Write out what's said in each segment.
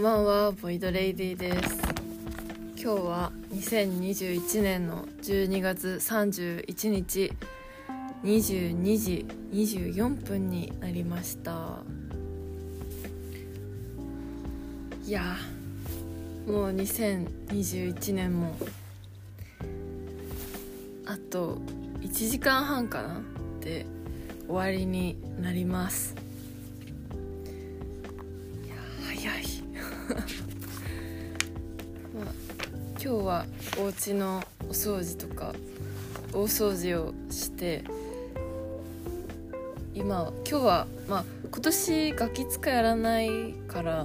んばんは、ボイドレイディです。今日は2021年の12月31日22時24分になりました。いやもう2021年もあと1時間半かなで終わりになります。いや早い今日はお家のお掃除とか大掃除をして今日は今年ガキ使やらないから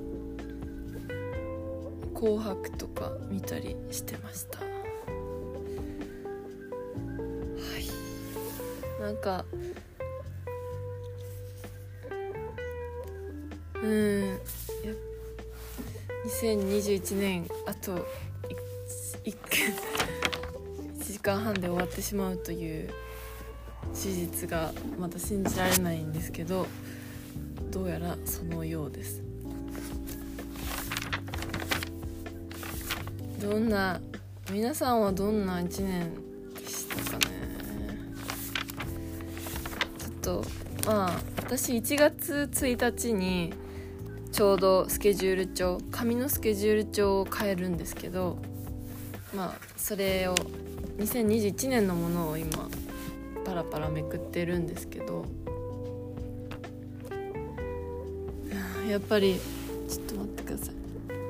紅白とか見たりしてました。なんか2021年あと1時間半で終わってしまうという事実がまだ信じられないんですけど、どうやらそのようです。皆さんはどんな1年でしたかね。ちょっと私1月1日にちょうど紙のスケジュール帳を変えるんですけど、それを2021年のものを今パラパラめくってるんですけど、やっぱりちょっと待ってください。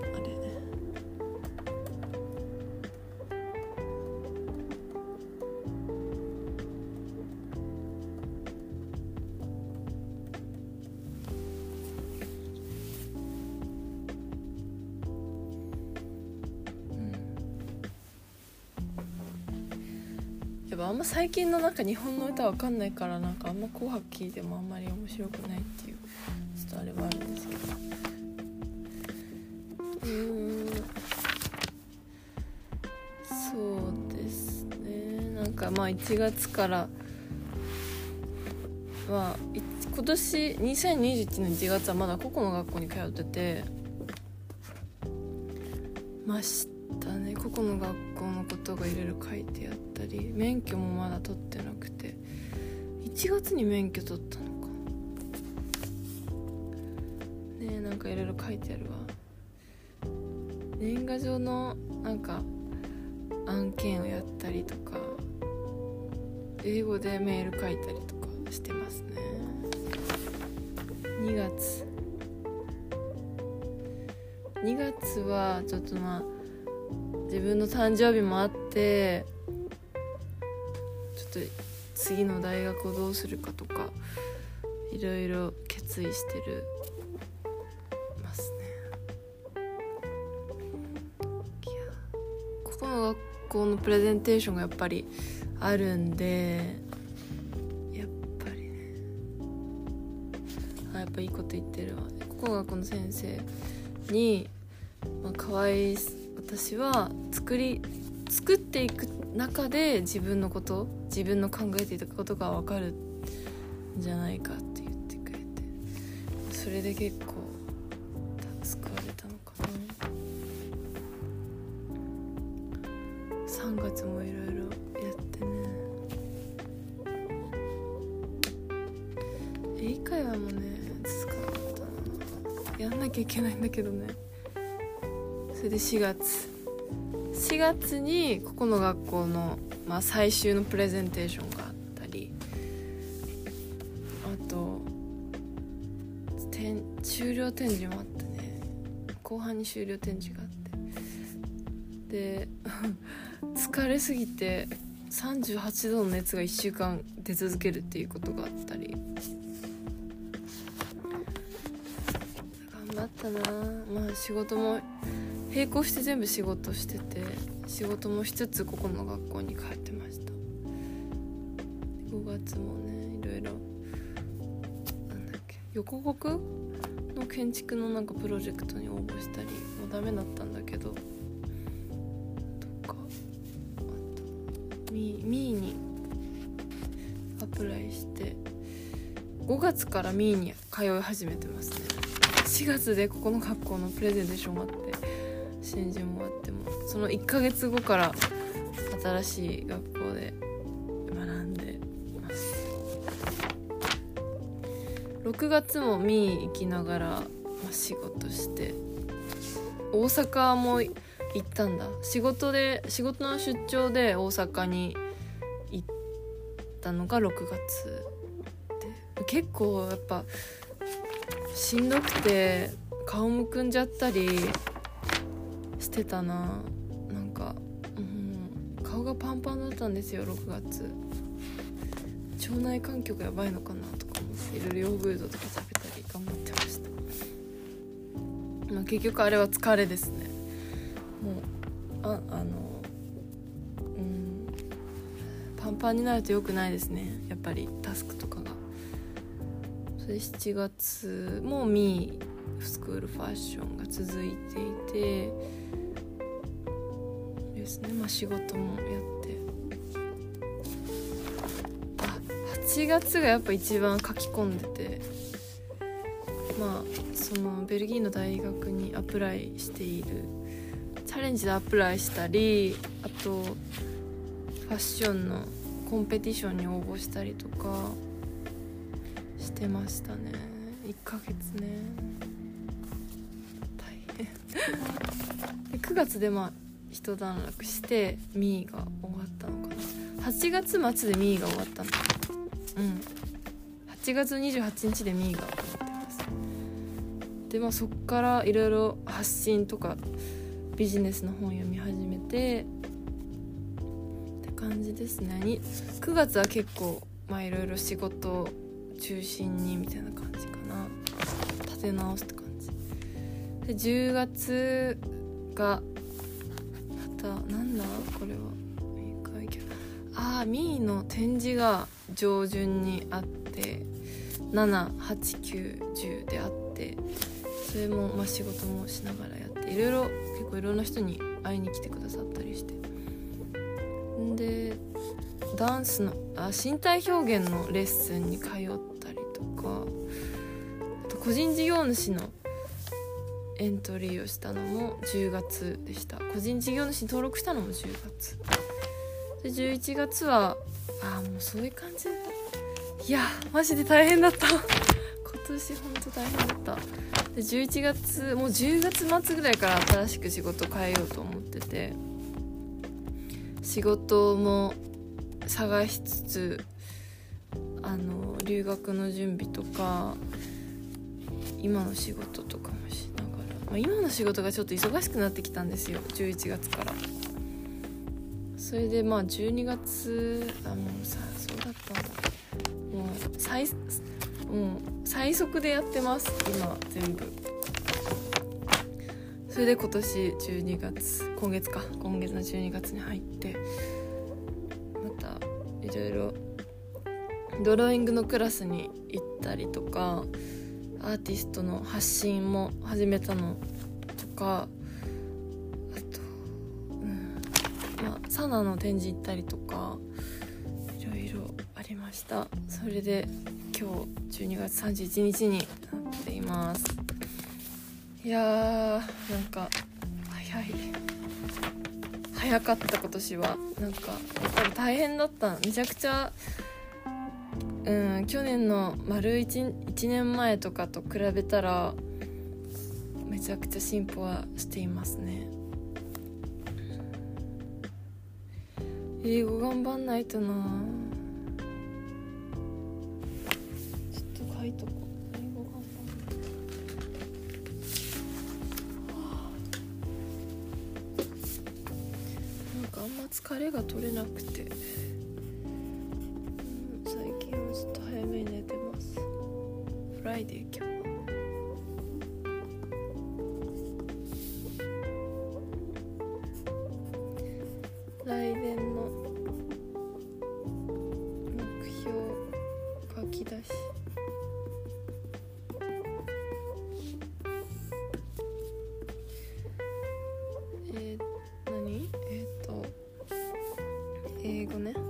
あんま最近の日本の歌わかんないからあんま紅白聴いてもあんまり面白くないっていうちょっとあれはあるんですけど、そうですね。1月から今年2021年1月はまだ個々の学校に通っててましたね。個々の学校のことがいろいろ書いてあったり、免許もまだ取ってなくて1月に免許取ったのかね。いろいろ書いてあるわ。年賀状の案件をやったりとか英語でメール書いたりとかしてますね。2月はちょっと自分の誕生日もあってちょっと次の大学をどうするかとかいろいろ決意してますね。ここの学校のプレゼンテーションがやっぱりあるんでやっぱいいこと言ってるわ。ここの学校の先生に私は作っていく中で自分の考えていたことが分かるんじゃないかって言ってくれて、それで結構救われたのかな。3月もいろいろやってね。英会話もね続かなかったな。やんなきゃいけないんだけどね。それで4月にここの学校の、最終のプレゼンテーションがあったり、あと終了展示もあってね。後半に終了展示があってで疲れすぎて38度の熱が1週間出続けるっていうことがあったり、頑張ったな。仕事も並行して全部仕事してて、仕事もしつつここの学校に帰ってました。5月もねいろいろ横国の建築のプロジェクトに応募したりもうダメだったんだけどとか、あとミーにアプライして5月からミーに通い始めてますね。 4月でここの学校のプレゼンテーション終わって新人も終わってもその1ヶ月後から新しい学校で学んでます。6月もミー行きながら、仕事して大阪も行ったんだ。仕事の出張で大阪に行ったのが6月で、結構やっぱしんどくて顔むくんじゃったりしてたな。なんか、顔がパンパンだったんですよ6月。腸内環境がやばいのかなとか思っていろいろヨーグルトとか食べたり頑張ってました。結局あれは疲れですね。もうパンパンになると良くないですね、やっぱりタスクとかが。それで7月もミースクールファッションが続いていてですね、仕事もやって8月がやっぱ一番書き込んでて、そのベルギーの大学にアプライしているチャレンジでアプライしたり、あとファッションのコンペティションに応募したりとかしてましたね。1ヶ月ね、大変で9月で一段落してミーが終わったのかな。8月末でミーが終わったの。8月28日でミーが終わってます。でそっからいろいろ発信とかビジネスの本読み始めてって感じですね。9月は結構いろいろ仕事中心にみたいな感じかな。立て直すって感じで、10月がまたなんだこれはミーの展示が上旬にあって7、8、9、10であって、それも仕事もしながらやって、結構いろんな人に会いに来てくださったりして、でダンスの身体表現のレッスンに通ったりとか、あと個人事業主のエントリーをしたのも10月でした。個人事業主に登録したのも10月で、11月はもうそういう感じ。いやマジで大変だった今年ほんと大変だった。で11月もう10月末ぐらいから新しく仕事変えようと思ってて、仕事も探しつつ留学の準備とか今の仕事とかもしながら、今の仕事がちょっと忙しくなってきたんですよ11月から。それで12月そうだったんだ。もう最速でやってます今全部。それで今月の12月に入ってまたいろいろドローイングのクラスに行ったりとか、アーティストの発信も始めたのとか、サナの展示行ったりとかいろいろありました。それで今日12月31日になっています。いやーなんか早かった今年は。なんかやっぱり大変だった。めちゃくちゃ去年の丸 1年前とかと比べたらめちゃくちゃ進歩はしていますね。英語頑張んないとな。ちょっと書いとこう。英語頑張んない。なんかあんま疲れが取れなくて、最近はずっと早めに寝てます。フライデー今日。来年の目標書き出し。英語ね。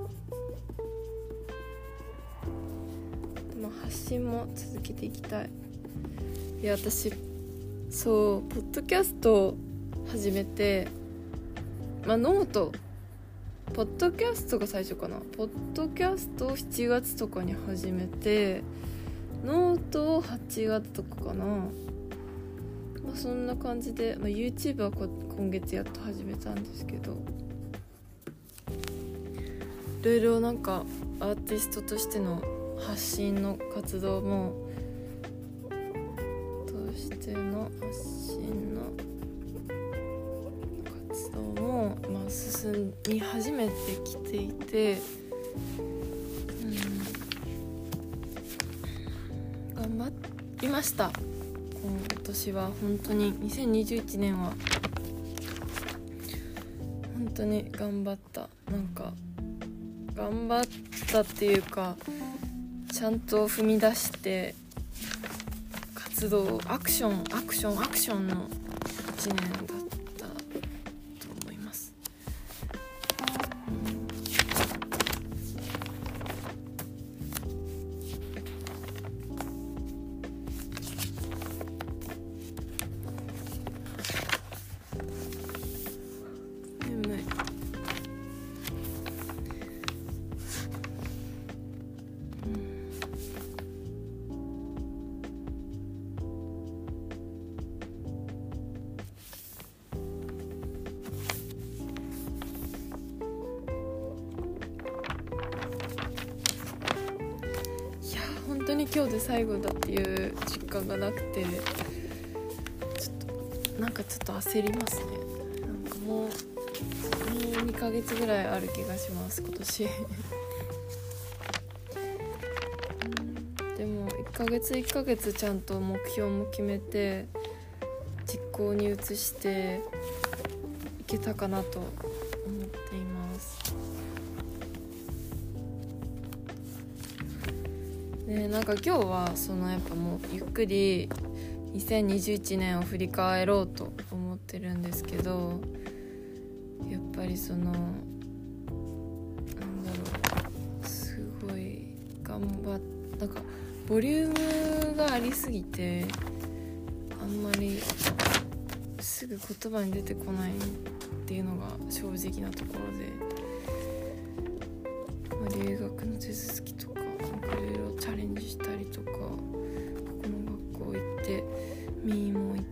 発信も続けていきたい。いや私そうポッドキャスト始めて、ノートポッドキャストが最初かな。ポッドキャストを7月とかに始めて、ノートを8月とかかな。そんな感じで、YouTube は今月やっと始めたんですけど、いろいろなんかアーティストとしての発信の活動も進み始めてきていて、頑張りました。今年は本当に2021年は本当に頑張った。なんか頑張ったっていうか、ちゃんと踏み出して活動アクションの1年だったと思います。眠い。本当に今日で最後だっていう実感がなくて、ちょっと焦りますね。なんかもう2ヶ月ぐらいある気がします今年でも1ヶ月ちゃんと目標も決めて実行に移していけたかなと思っています。なんか今日はやっぱもうゆっくり2021年を振り返ろうと思ってるんですけど、やっぱりすごいなんかボリュームがありすぎてあんまりすぐ言葉に出てこないっていうのが正直なところで、留学の手続きとかいろいろチャレンジしたりとか、ここの学校行ってミーも行って、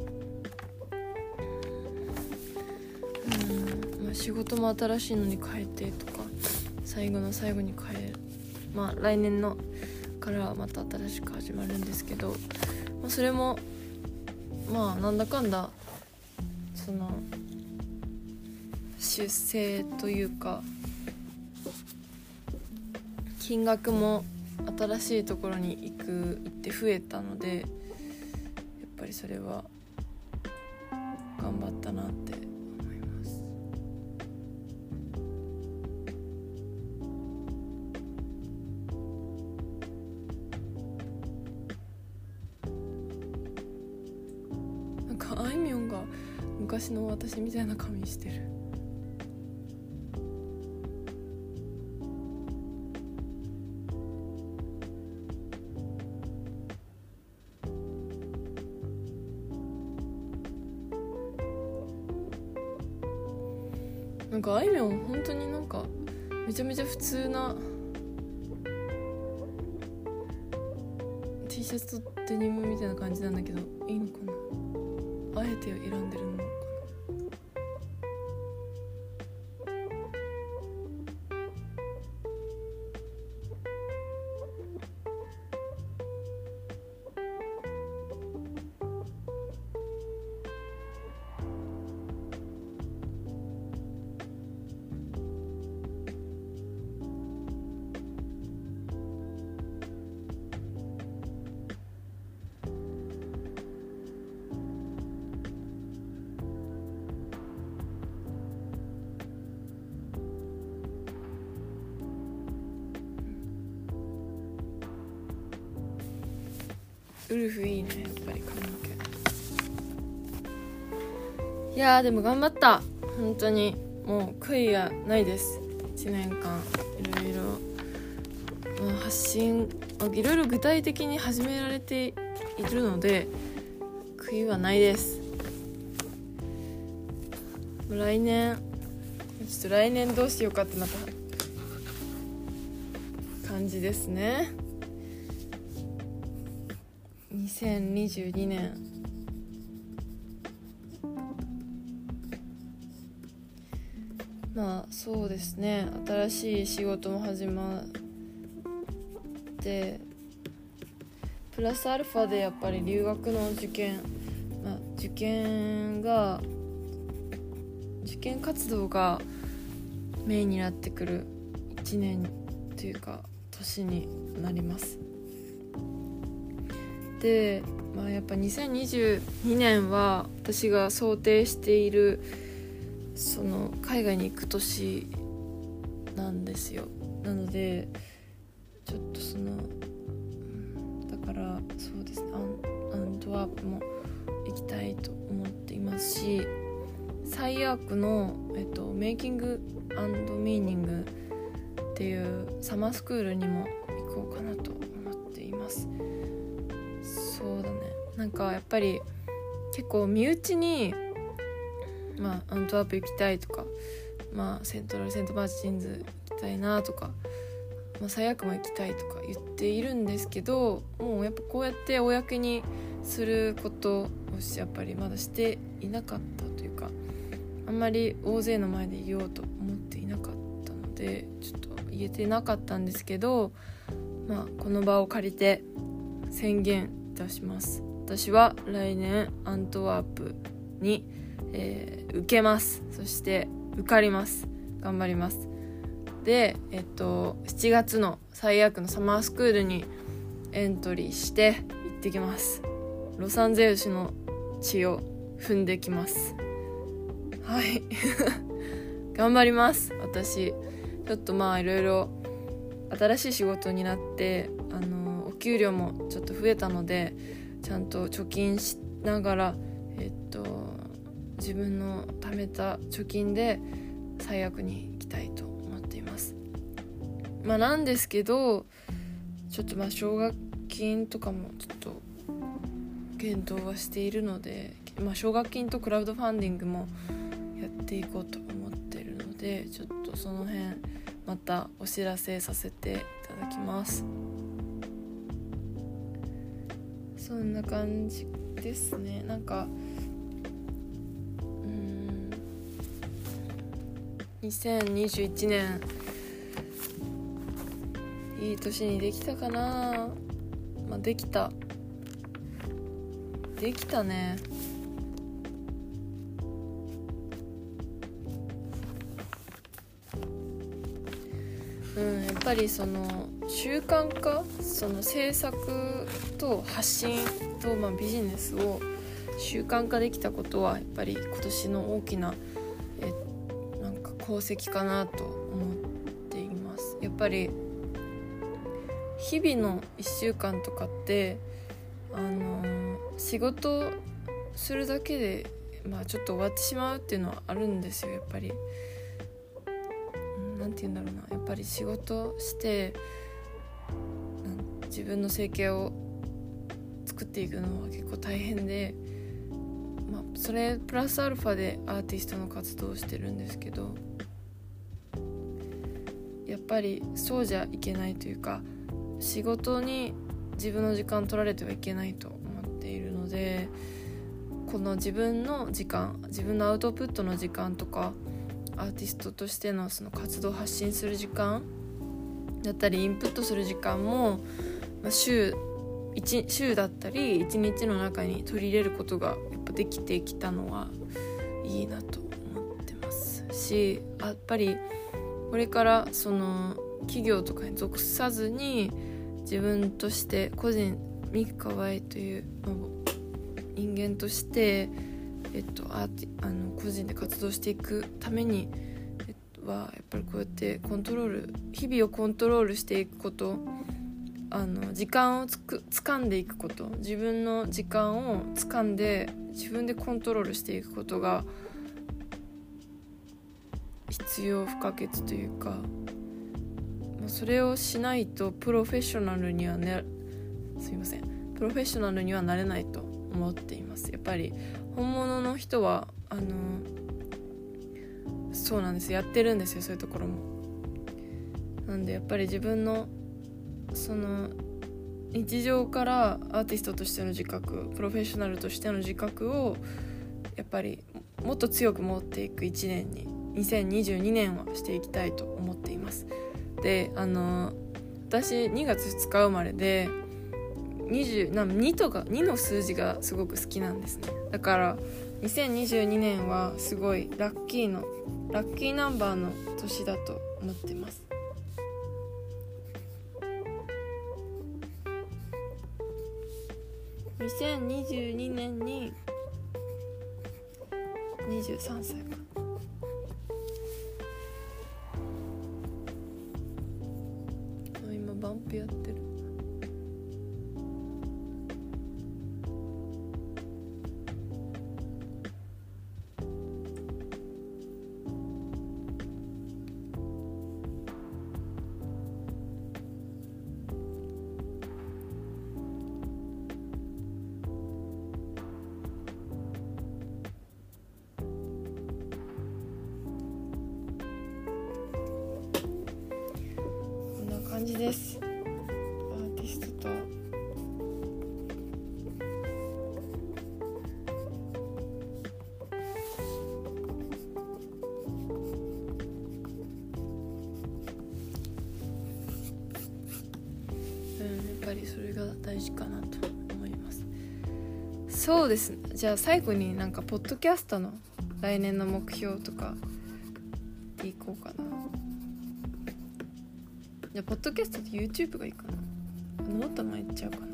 仕事も新しいのに変えてとか、最後の最後に変える、来年のからまた新しく始まるんですけど、それもなんだかんだ出世というか、金額も新しいところに行って増えたので、やっぱりそれは頑張ったなって思います。なんかあいみょんが昔の私みたいな髪してる。なんかあいみょん本当になんかめちゃめちゃ普通な T シャツとデニムみたいな感じなんだけど、いいのかな、あえて選んでるのかな。ウルフいいね、やっぱり髪の毛。いやーでも頑張った、本当にもう悔いがないです。1年間いろいろ、発信いろいろ具体的に始められているので、 悔いはないです。来年どうしようかってまた感じですね。2022年まあそうですね、新しい仕事も始まってプラスアルファでやっぱり留学の受験活動がメインになってくる1年というか年になります。で、やっぱ2022年は私が想定しているその海外に行く年なんですよ。なのでちょっとだからそうですね、アントワープも行きたいと思っていますし、サイアークの、メイキング&ミーニングっていうサマースクールにも行こうかなと思っています。そうだね、なんかやっぱり結構身内にアントワープ行きたいとか、セントマーチンズ行きたいなとか、サイアークも行きたいとか言っているんですけど、もうやっぱこうやって公にすることをやっぱりまだしていなかったというか、あんまり大勢の前で言おうと思っていなかったのでちょっと言えてなかったんですけど、この場を借りて宣言いたします。私は来年アントワープに、受けます。そして受かります。頑張ります。で、7月のサイアークのサマースクールにエントリーして行ってきます。ロサンゼルスの地を踏んできます。はい頑張ります。私ちょっといろいろ新しい仕事になってお給料もちょっと増えたので、ちゃんと貯金しながら自分の貯めた貯金で最悪に行きたいと思っています。なんですけどちょっと奨学金とかもちょっと検討はしているので、奨学金とクラウドファンディングもやっていこうと思っているので、ちょっとその辺またお知らせさせていただきます。そんな感じですね。なんか2021年いい年にできたかな。できたね。やっぱりその習慣化、その制作と発信と、ビジネスを習慣化できたことはやっぱり今年の大きななんか功績かなと思っています。やっぱり日々の1週間とかって仕事するだけでちょっと終わってしまうっていうのはあるんですよ。やっぱりなんて言うんだろうな、やっぱり仕事して自分の生計を作っていくのは結構大変で、それプラスアルファでアーティストの活動をしてるんですけど、やっぱりそうじゃいけないというか、仕事に自分の時間取られてはいけないと思っているので、この自分の時間、自分のアウトプットの時間とかアーティストとしてのその活動を発信する時間だったりインプットする時間も、週だったり1日の中に取り入れることがやっぱできてきたのはいいなと思ってますし、やっぱりこれからその企業とかに属さずに自分として個人ミクカワイという人間として個人で活動していくために、はやっぱりこうやって日々をコントロールしていくこと、時間を掴んでいくこと、自分の時間を掴んで自分でコントロールしていくことが必要不可欠というか、それをしないとプロフェッショナルにはなれないと思思っています。やっぱり本物の人はそうなんです、やってるんですよ、そういうところも。なんでやっぱり自分のその日常からアーティストとしての自覚、プロフェッショナルとしての自覚をやっぱりもっと強く持っていく1年に2022年はしていきたいと思っています。で私2月2日生まれで2の数字がすごく好きなんですね。だから2022年はすごいラッキーナンバーの年だと思ってます。2022年に23歳か。今バンプやってる。感じです。アーティストとやっぱりそれが大事かなと思います。そうですね。じゃあ最後になんかポッドキャストの来年の目標とかいこうかな。じゃあポッドキャストと YouTube がいいかな。ノートもいっちゃうかな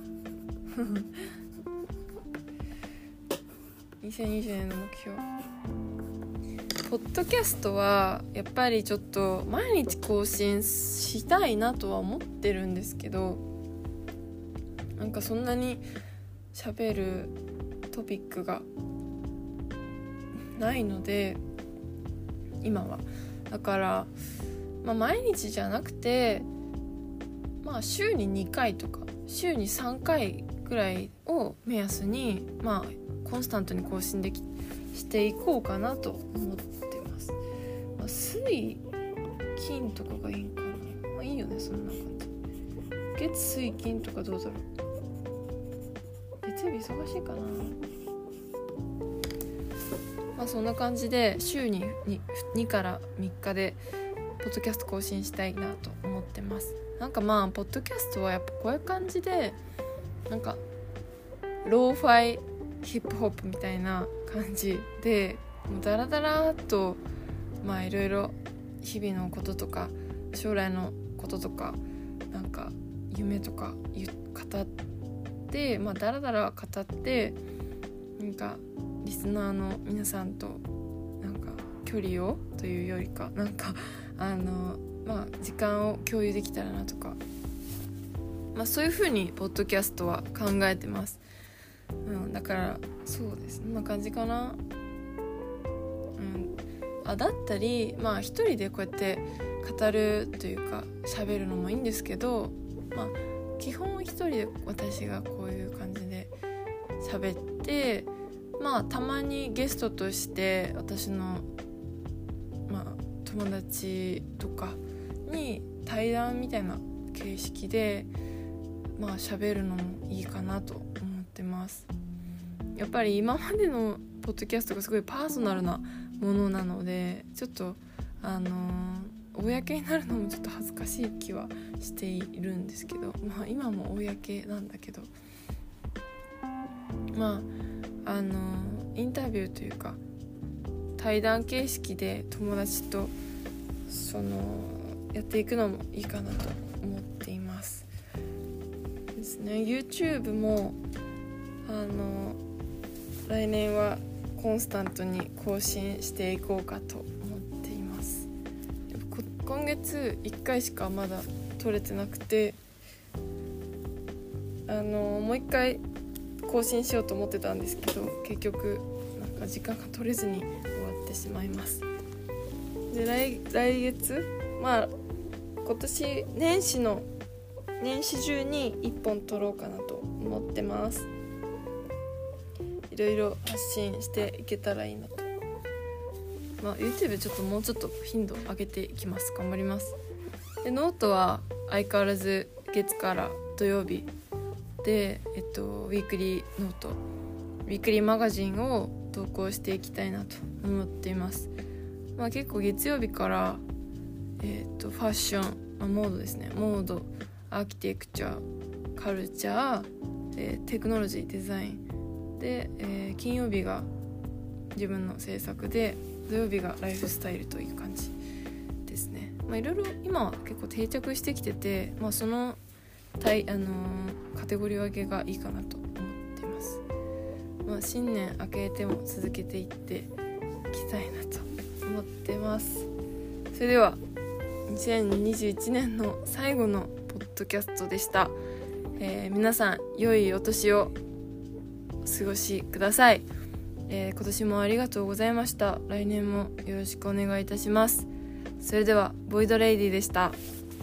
2020年の目標、ポッドキャストはやっぱりちょっと毎日更新したいなとは思ってるんですけど、なんかそんなに喋るトピックがないので今は。だから、毎日じゃなくて、週に2回とか週に3回ぐらいを目安にコンスタントに更新していこうかなと思ってます。水金とかがいいんかな。いいよね、そんな感じ。月水金とかどうだろう。月曜日忙しいかな。そんな感じで週に 2から3日でポッドキャスト更新したいなと思ってます。なんかポッドキャストはやっぱこういう感じでなんかローファイヒップホップみたいな感じでダラダラっといろいろ日々のこととか将来のこととかなんか夢とか語ってダラダラ語ってなんかリスナーの皆さんとなんか距離をというよりかなんか時間を共有できたらなとか、そういう風にポッドキャストは考えてます。だからそうです、そんな感じかな。だったり一人でこうやって語るというか喋るのもいいんですけど、基本一人で私がこういう感じで喋ってたまにゲストとして私の友達とかに対談みたいな形式で喋るのもいいかなと思ってます。やっぱり今までのポッドキャストがすごいパーソナルなものなのでちょっと公になるのもちょっと恥ずかしい気はしているんですけど、今も公なんだけどインタビューというか対談形式で友達とやっていくのもいいかなと思っていますですね。 YouTube も来年はコンスタントに更新していこうかと思っています。今月1回しかまだ撮れてなくてもう1回更新しようと思ってたんですけど結局なんか時間が取れずに終わってしまいます。で来月今年年始中に1本撮ろうかなと思ってます。 いろいろ発信していけたらいいなと。YouTube ちょっともうちょっと頻度上げていきます。頑張ります。でノートは相変わらず月から土曜日で、ウィークリーノート、ウィークリーマガジンを投稿していきたいなと思っています。結構月曜日から、ファッション、モードですね、モード、アーキテクチャ、カルチャー、テクノロジー、デザインで、金曜日が自分の制作で、土曜日がライフスタイルという感じですね。いろいろ今は結構定着してきてて、そのカテゴリー分けがいいかなと思っています。新年明けても続けていっていきたいなと思ってます。それでは2021年の最後のポッドキャストでした。皆さん良いお年をお過ごしください。今年もありがとうございました。来年もよろしくお願いいたします。それではボイドレイディでした。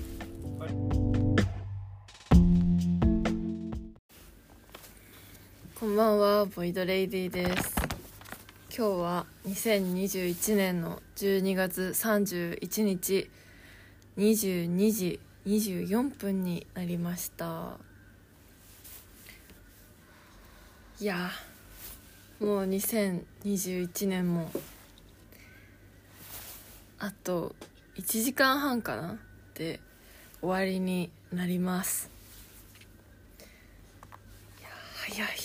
こんばんは、ボイドレイディです。今日は2021年の12月31日22時24分になりました。いやもう2021年もあと1時間半かなで終わりになります。いや早い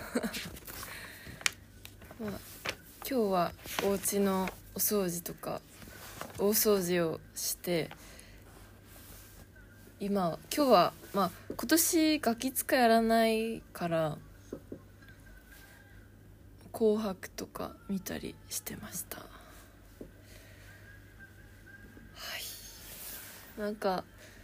今日はお家のお掃除とか大掃除をして今日は今年ガキ使やらないから紅白とか見たりしてました。なんか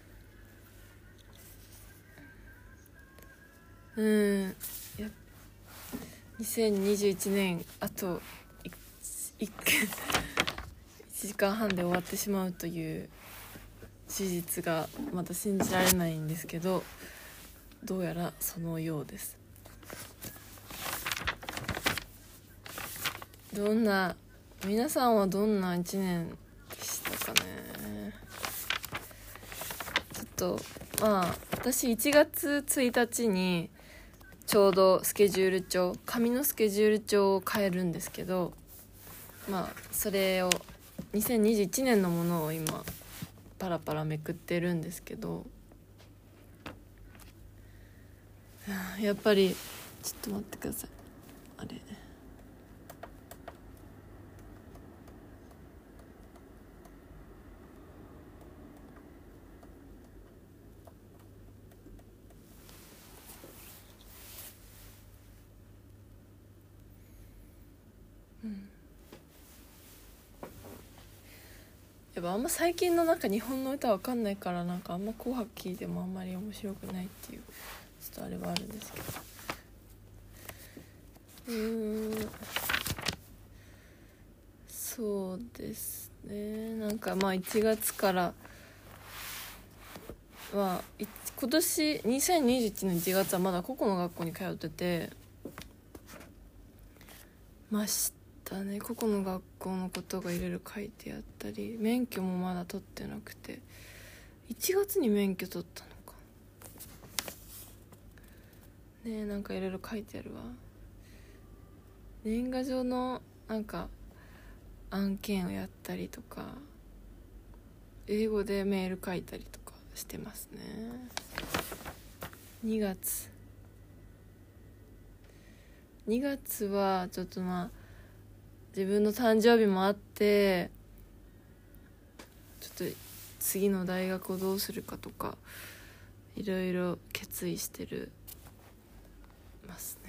2021年あと1時間半で終わってしまうという事実がまだ信じられないんですけど、どうやらそのようです。皆さんはどんな1年でしたかね。ちょっと私1月1日にちょうど紙のスケジュール帳を変えるんですけど、それを2021年のものを今パラパラめくってるんですけど、やっぱりちょっと待ってください。あれやっぱあんま最近の日本の歌わかんないから、あんま紅白聴いてもあんまり面白くないっていうちょっとあれはあるんですけど、そうですね。1月から今年2021年1月はまだ個々の学校に通っててましたね。個々の学校のことがいろいろ書いてあったり、免許もまだ取ってなくて、1月に免許取ったのかね。いろいろ書いてあるわ。年賀状の案件をやったりとか、英語でメール書いたりとかしてますね。2月はちょっと自分の誕生日もあって、ちょっと次の大学をどうするかとかいろいろ決意してますね。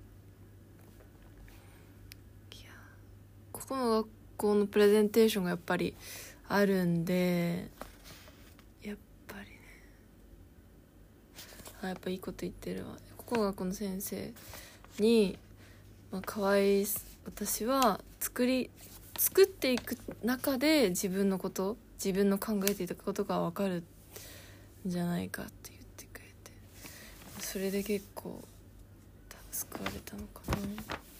ここの学校のプレゼンテーションがやっぱりあるんで、やっぱいいこと言ってるわ。ここの学校の先生に、私は作っていく中で自分の考えていたことが分かるんじゃないかって言ってくれて、それで結構救われたのかな。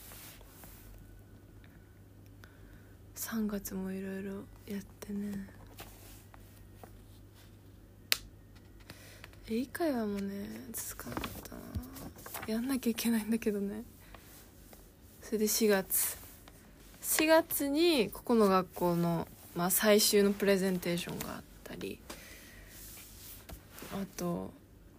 3月もいろいろやってね。英会話もね続かなかったな。やんなきゃいけないんだけどね。それで4月にここの学校の、最終のプレゼンテーションがあったり、あと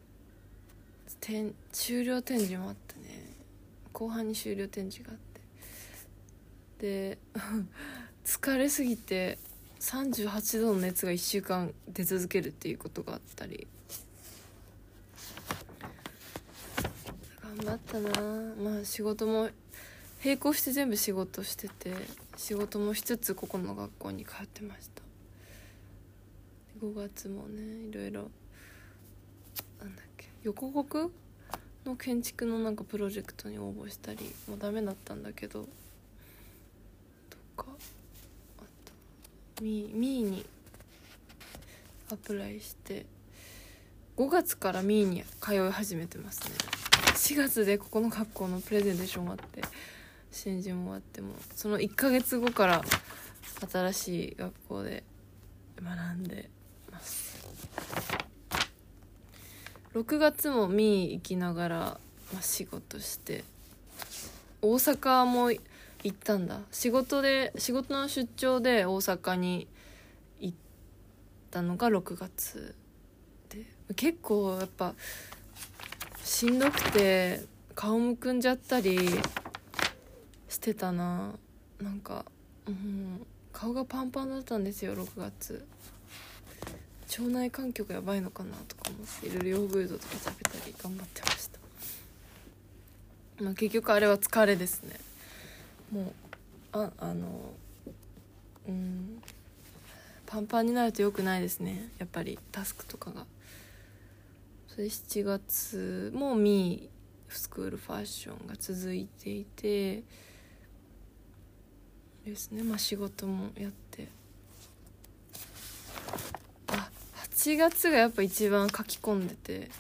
終了展示もあったね。後半に終了展示があって、で疲れすぎて38度の熱が1週間出続けるっていうことがあったり、頑張ったな。仕事も並行して全部仕事してて、仕事もしつつここの学校に通ってました。5月もねいろいろ横国の建築のプロジェクトに応募したり、もうダメだったんだけどとか、あとミーにアプライして5月からミーに通い始めてますね。4月でここの学校のプレゼンテーション終わって新人も終わって、もその1ヶ月後から新しい学校で学んでます。6月もミー行きながら、仕事して、大阪も行ったんだ。仕事の出張で大阪に行ったのが6月で、結構やっぱしんどくて顔むくんじゃったりしてたな。顔がパンパンだったんですよ6月。腸内環境がやばいのかなとか思っていろいろヨーグルトとか食べたり頑張ってました。結局あれは疲れですね。もうパンパンになると良くないですね、やっぱりタスクとかが。それ7月もミースクールファッションが続いていてですね。仕事もやって、8月がやっぱ一番書き込んでて、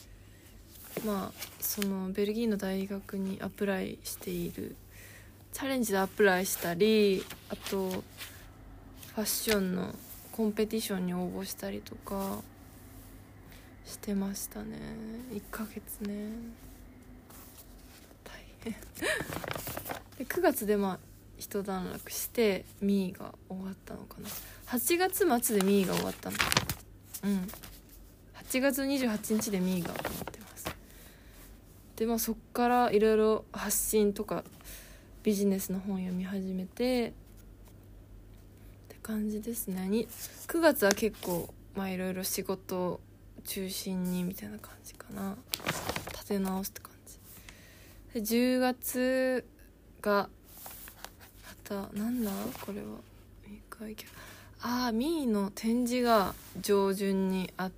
そのベルギーの大学にアプライしているチャレンジでアプライしたり、あとファッションのコンペティションに応募したりとかしてましたね。1ヶ月ね大変で9月で一段落してミーが終わったのかな。8月末でミーが終わったの。8月28日でミーが終わってます。でそっからいろいろ発信とかビジネスの本読み始めてって感じですね。9月は結構いろいろ仕事中心にみたいな感じかな。立て直すって感じで、10月がまたなんだこれはミーの展示が上旬にあって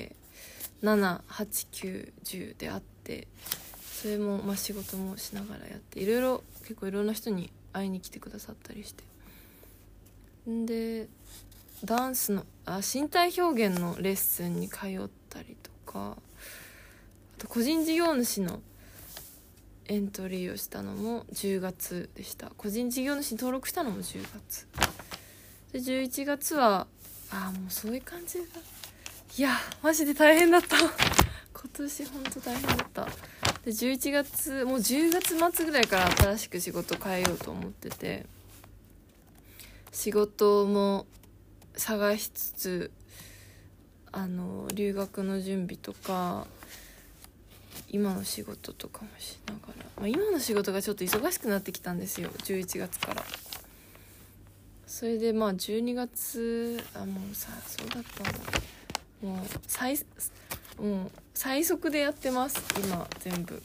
、7、8、9、10であって、それも仕事もしながらやって、結構いろんな人に会いに来てくださったりして、でダンスの身体表現のレッスンに通ったりとか、あと個人事業主のエントリーをしたのも10月でした。個人事業主に登録したのも10月で、11月はもうそういう感じだ。いやマジで大変だった今年ほんと大変だった。で11月もう10月末ぐらいから新しく仕事変えようと思ってて、仕事も探しつつ留学の準備とか今の仕事とかもしながら、今の仕事がちょっと忙しくなってきたんですよ11月から。それで12月もうそうだったんだ。もう最速でやってます今全部。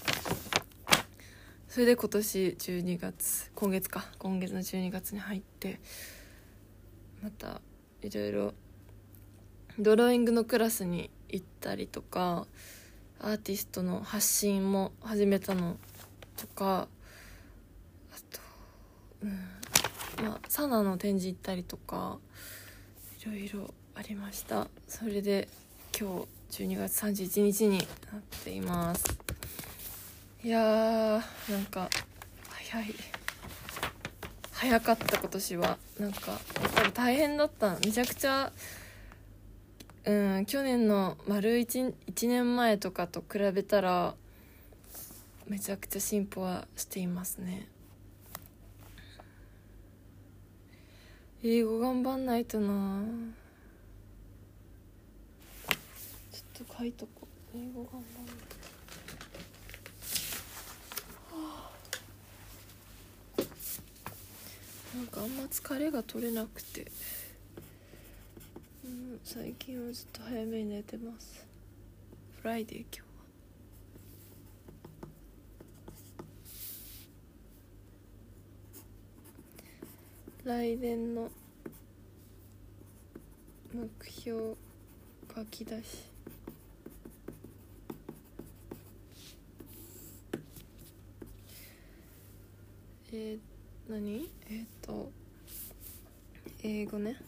それで今月の12月に入って、またいろいろドローイングのクラスに行ったりとか、アーティストの発信も始めたのとか、あとサナの展示行ったりとかいろいろありました。それで今日12月31日になっています。いやー早かった今年は。なんかやっぱり大変だった。めちゃくちゃ去年の丸 1年前とかと比べたらめちゃくちゃ進歩はしていますね。英語頑張んないとな。ちょっと書いとこう。英語頑張んないと。なんかあんま疲れが取れなくて、最近はずっと早めに寝てます。フライデー今日は。来年の目標書き出し。何？英語ね。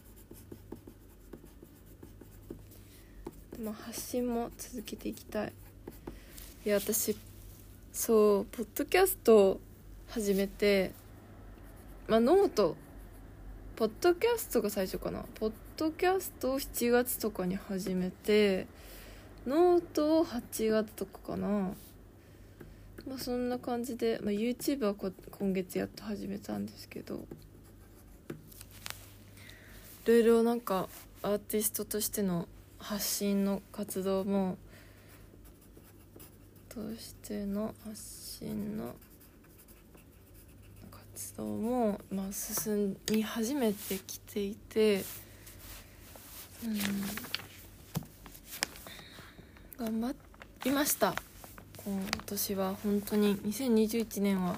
発信も続けていきたい。いや、私そうポッドキャスト始めて、ノート、ポッドキャストが最初かな。ポッドキャストを7月とかに始めて、ノートを8月とかかな。そんな感じで、YouTube は今月やっと始めたんですけど、いろいろなんかアーティストとしての発信の活動も活動も進み始めてきていて、頑張りました。今年は本当に2021年は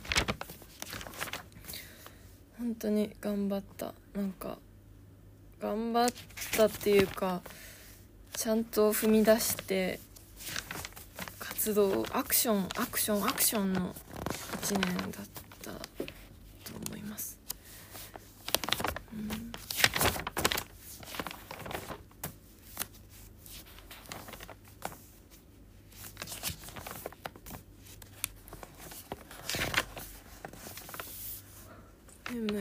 本当に頑張った。なんか頑張ったっていうか、ちゃんと踏み出して活動、アクションの1年だったと思います。眠い。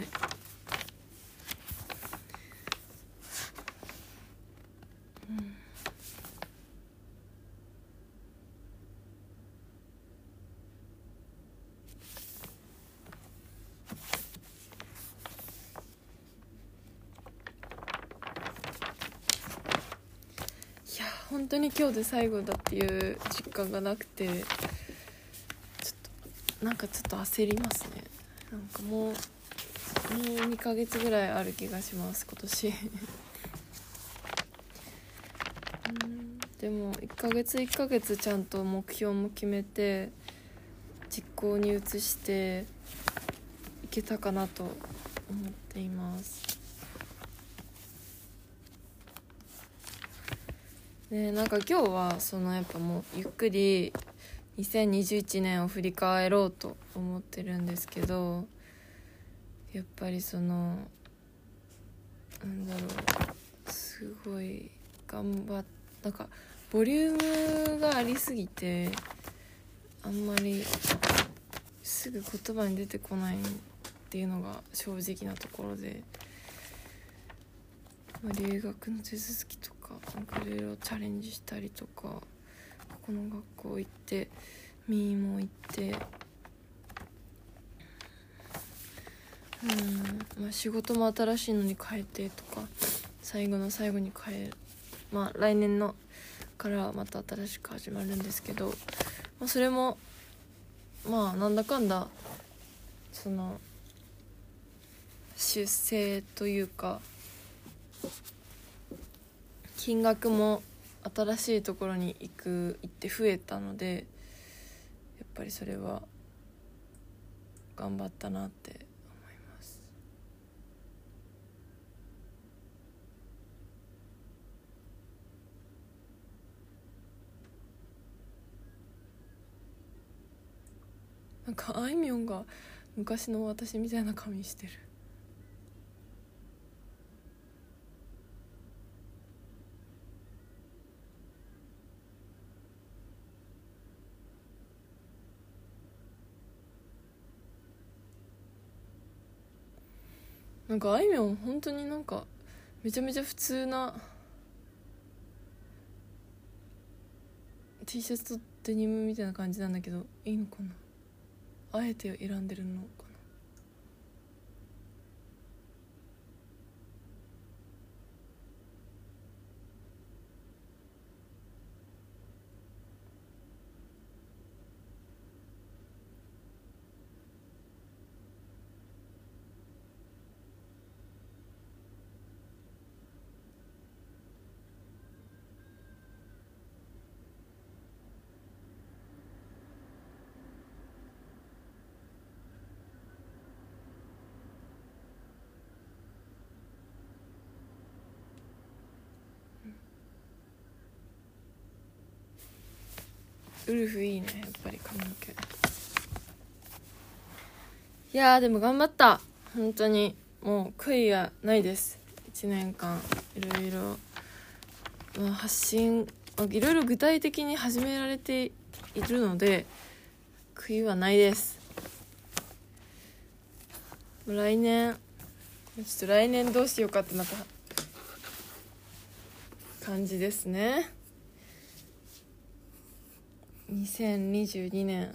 本当に今日で最後だっていう実感がなくて、ちょっと焦りますね。なんかもう2ヶ月ぐらいある気がします今年でも1ヶ月ちゃんと目標も決めて実行に移していけたかなと思っています。なんか今日はやっぱもうゆっくり2021年を振り返ろうと思ってるんですけど、やっぱりすごいなんかボリュームがありすぎてあんまりすぐ言葉に出てこないっていうのが正直なところで、留学の手続きとかいろいろチャレンジしたりとか、ここの学校行ってミーも行って、仕事も新しいのに変えてとか、最後の最後に変える、来年のからまた新しく始まるんですけど、それもなんだかんだ出世というか、金額も新しいところに行って増えたので、やっぱりそれは頑張ったなって思います。なんかあいみょんが昔の私みたいな髪してる。 なんかあいみょん本当になんかめちゃめちゃ普通な T シャツとデニムみたいな感じなんだけど、いいのかな、あえて選んでるのかな。ウルフいいね、やっぱり髪の毛。いやーでも頑張った、本当にもう悔いはないです。1年間いろいろ、発信いろいろ具体的に始められているので悔いはないです。来年ちょっと来年どうしようかってまた感じですね。2022年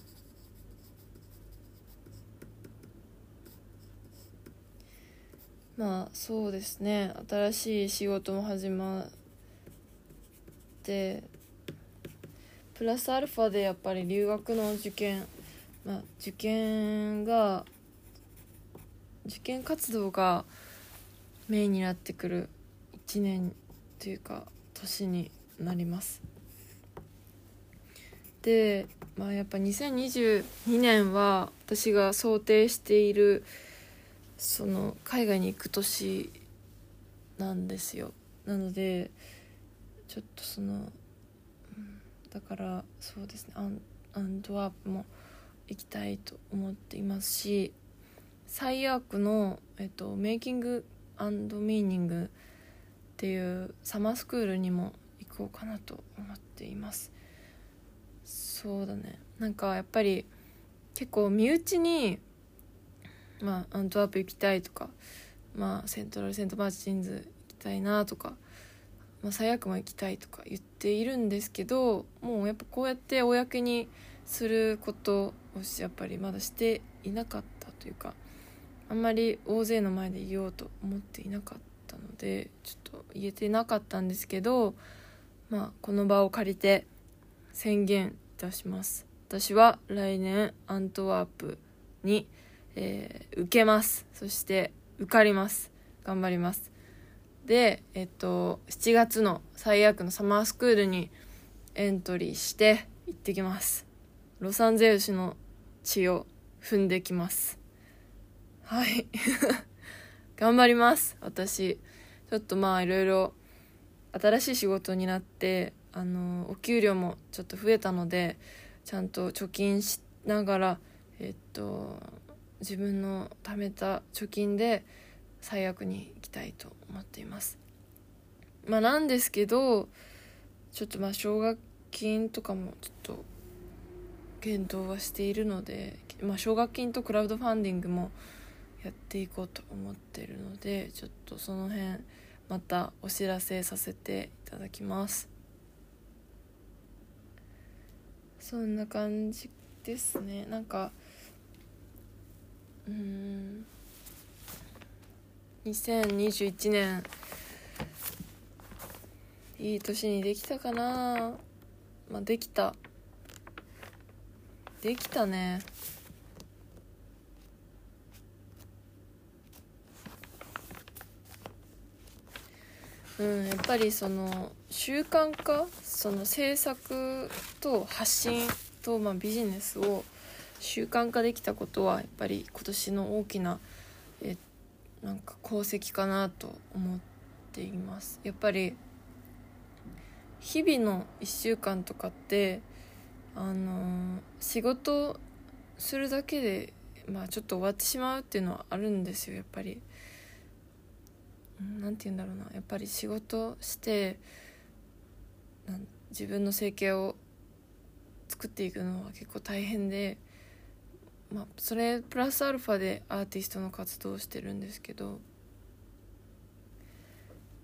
まあそうですね、新しい仕事も始まってプラスアルファでやっぱり留学の受験、受験活動がメインになってくる1年というか年になります。で、やっぱ2022年は私が想定しているその海外に行く年なんですよ。なのでちょっとだからそうですね、アントワープも行きたいと思っていますし、サイアークの、メイキング&ミーニングっていうサマースクールにも行こうかなと思っています。そうだね、なんかやっぱり結構身内にアントワープ行きたいとか、セントマーチンズ行きたいなとか、最悪も行きたいとか言っているんですけど、もうやっぱこうやって公にすることをやっぱりまだしていなかったというか、あんまり大勢の前で言おうと思っていなかったのでちょっと言えてなかったんですけど、この場を借りて宣言いたします。私は来年アントワープに、受けます。そして受かります。頑張ります。で、7月の最悪のサマースクールにエントリーして行ってきます。ロサンゼルスの地を踏んできます。はい頑張ります。私ちょっといろいろ新しい仕事になってお給料もちょっと増えたので、ちゃんと貯金しながら自分の貯めた貯金で最悪に行きたいと思っています。なんですけどちょっと奨学金とかもちょっと検討はしているので、奨学金とクラウドファンディングもやっていこうと思っているので、ちょっとその辺またお知らせさせていただきます。そんな感じですね。なんか2021年いい年にできたかな。できたね。やっぱりその習慣化、その制作と発信と、ビジネスを習慣化できたことはやっぱり今年の大きななんか功績かなと思っています。やっぱり日々の1週間とかって仕事するだけでちょっと終わってしまうっていうのはあるんですよ。やっぱりなんて言うんだろうな、やっぱり仕事して自分の生計を作っていくのは結構大変で、それプラスアルファでアーティストの活動をしてるんですけど、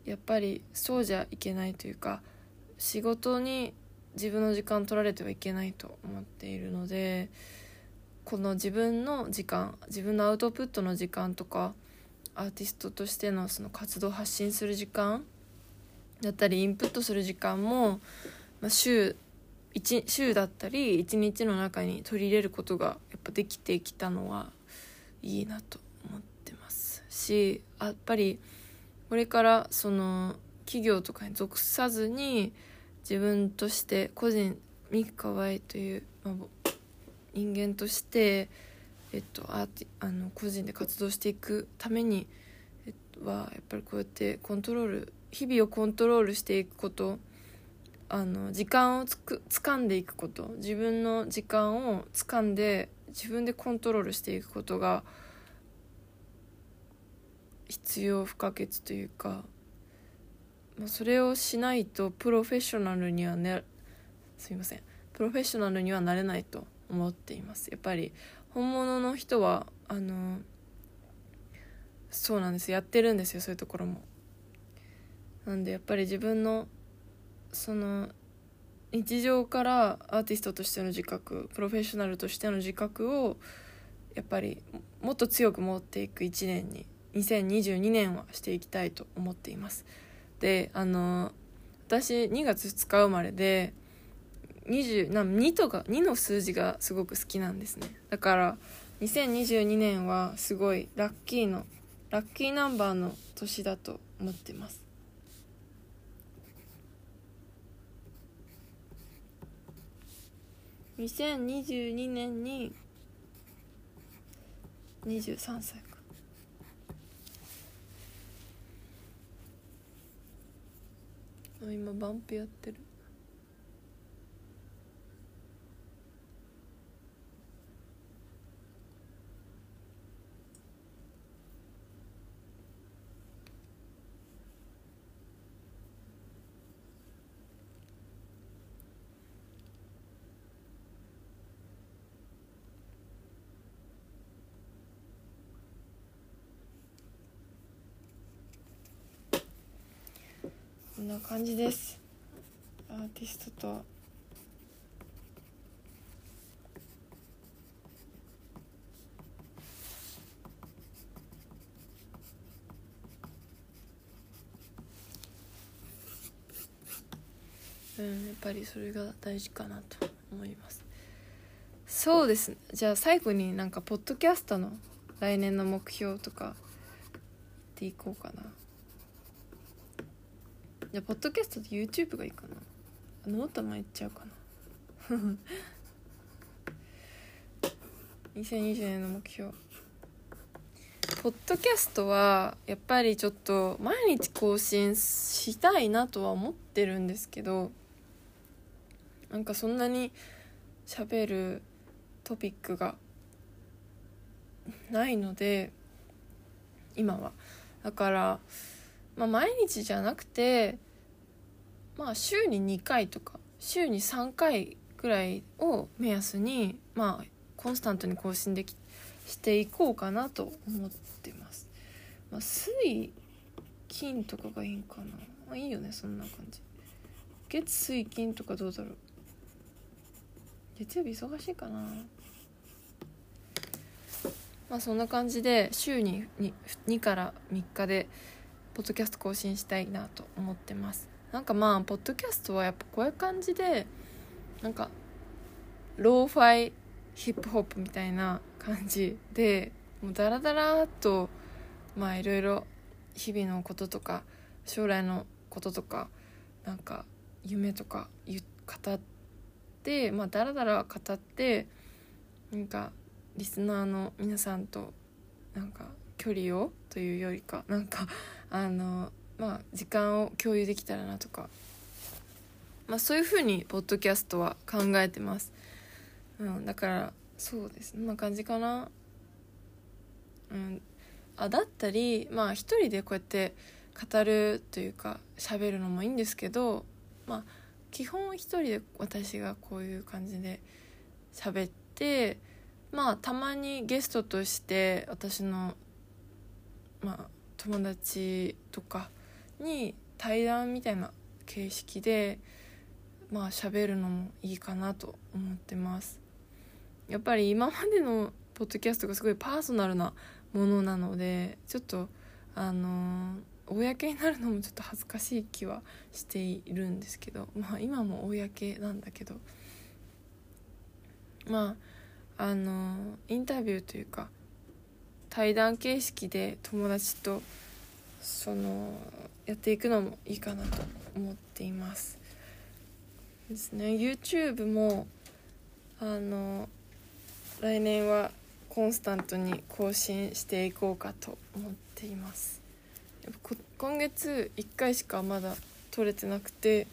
やっぱりそうじゃいけないというか、仕事に自分の時間取られてはいけないと思っているので、この自分の時間、自分のアウトプットの時間とか、アーティストとしてのその活動を発信する時間だったりインプットする時間も、週だったり1日の中に取り入れることがやっぱできてきたのはいいなと思ってますし、やっぱりこれからその企業とかに属さずに自分として個人ミクカワイという、人間として、個人で活動していくために、やっぱりこうやって日々をコントロールしていくこと、時間を掴んでいくこと、自分の時間を掴んで自分でコントロールしていくことが必要不可欠というか、それをしないとプロフェッショナルにはなれないと思っています。やっぱり本物の人はそうなんです、やってるんですよ、そういうところも。なんでやっぱり自分のその日常からアーティストとしての自覚、プロフェッショナルとしての自覚をやっぱりもっと強く持っていく1年に2022年はしていきたいと思っています。で、私2月2日生まれで2の数字がすごく好きなんですね。だから2022年はすごいラッキーナンバーの年だと思ってます。2022年に23歳か。今バンプやってる。こんな感じです。アーティストとはやっぱりそれが大事かなと思います。そうですね。じゃあ最後になんかポッドキャストの来年の目標とか言っていこうかな。じゃあポッドキャストで YouTube がいいかな。ノートも言っちゃうかな。2020年の目標、ポッドキャストはやっぱりちょっと毎日更新したいなとは思ってるんですけど、なんかそんなに喋るトピックがないので今は。だから、毎日じゃなくて、週に2回とか週に3回くらいを目安にコンスタントに更新していこうかなと思ってます。水金とかがいいんかな。いいよね、そんな感じ。月水金とかどうだろう。月曜日忙しいかな。そんな感じで週に 2から3日でポッドキャスト更新したいなと思ってます。なんかポッドキャストはやっぱこういう感じでなんかローファイヒップホップみたいな感じで、もうダラダラっといろいろ日々のこととか将来のこととかなんか夢とか語って、ダラダラ語ってなんかリスナーの皆さんとなんか距離をというよりかなんか時間を共有できたらなとか、そういう風にポッドキャストは考えてます。だからそうですね、こんな感じかな。だったり一人でこうやって語るというか喋るのもいいんですけど、基本一人で私がこういう感じで喋って、たまにゲストとして私の友達とかに対談みたいな形式で喋るのもいいかなと思ってます。やっぱり今までのポッドキャストがすごいパーソナルなものなので、ちょっと公になるのもちょっと恥ずかしい気はしているんですけど、今も公なんだけど、インタビューというか対談形式で友達とやっていくのもいいかなと思っていますですね。 YouTube も来年はコンスタントに更新していこうかと思っています。やっぱ今月1回しかまだ撮れてなくて、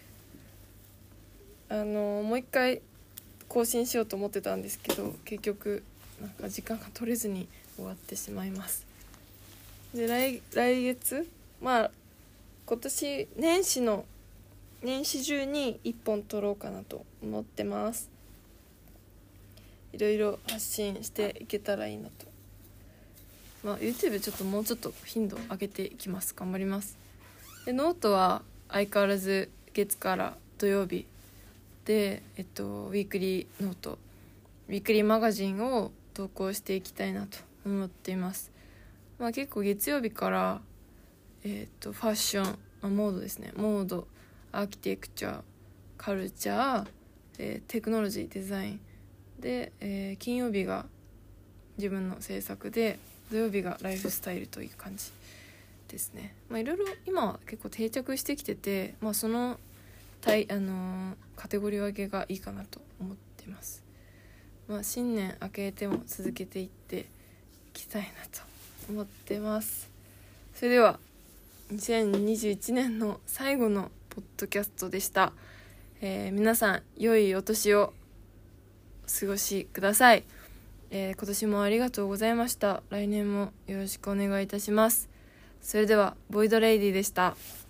もう1回更新しようと思ってたんですけど、結局時間が取れずに終わってしまいます。で来月今年年始中に1本撮ろうかなと思ってます。いろいろ発信していけたらいいなと。YouTube ちょっともうちょっと頻度上げていきます。頑張ります。でノートは相変わらず月から土曜日で、ウィークリーノート、ウィークリーマガジンを投稿していきたいなと思っています。結構月曜日から、ファッション、モードですね、モード、アーキテクチャ、カルチャー、テクノロジー、デザインで、金曜日が自分の制作で、土曜日がライフスタイルという感じですね。いろいろ今は結構定着してきてて、そのカテゴリー分けがいいかなと思っています。新年明けても続けていっていきたいなと思ってます。それでは2021年の最後のポッドキャストでした。皆さん良いお年をお過ごしください。今年もありがとうございました。来年もよろしくお願いいたします。それではボイドレイディでした。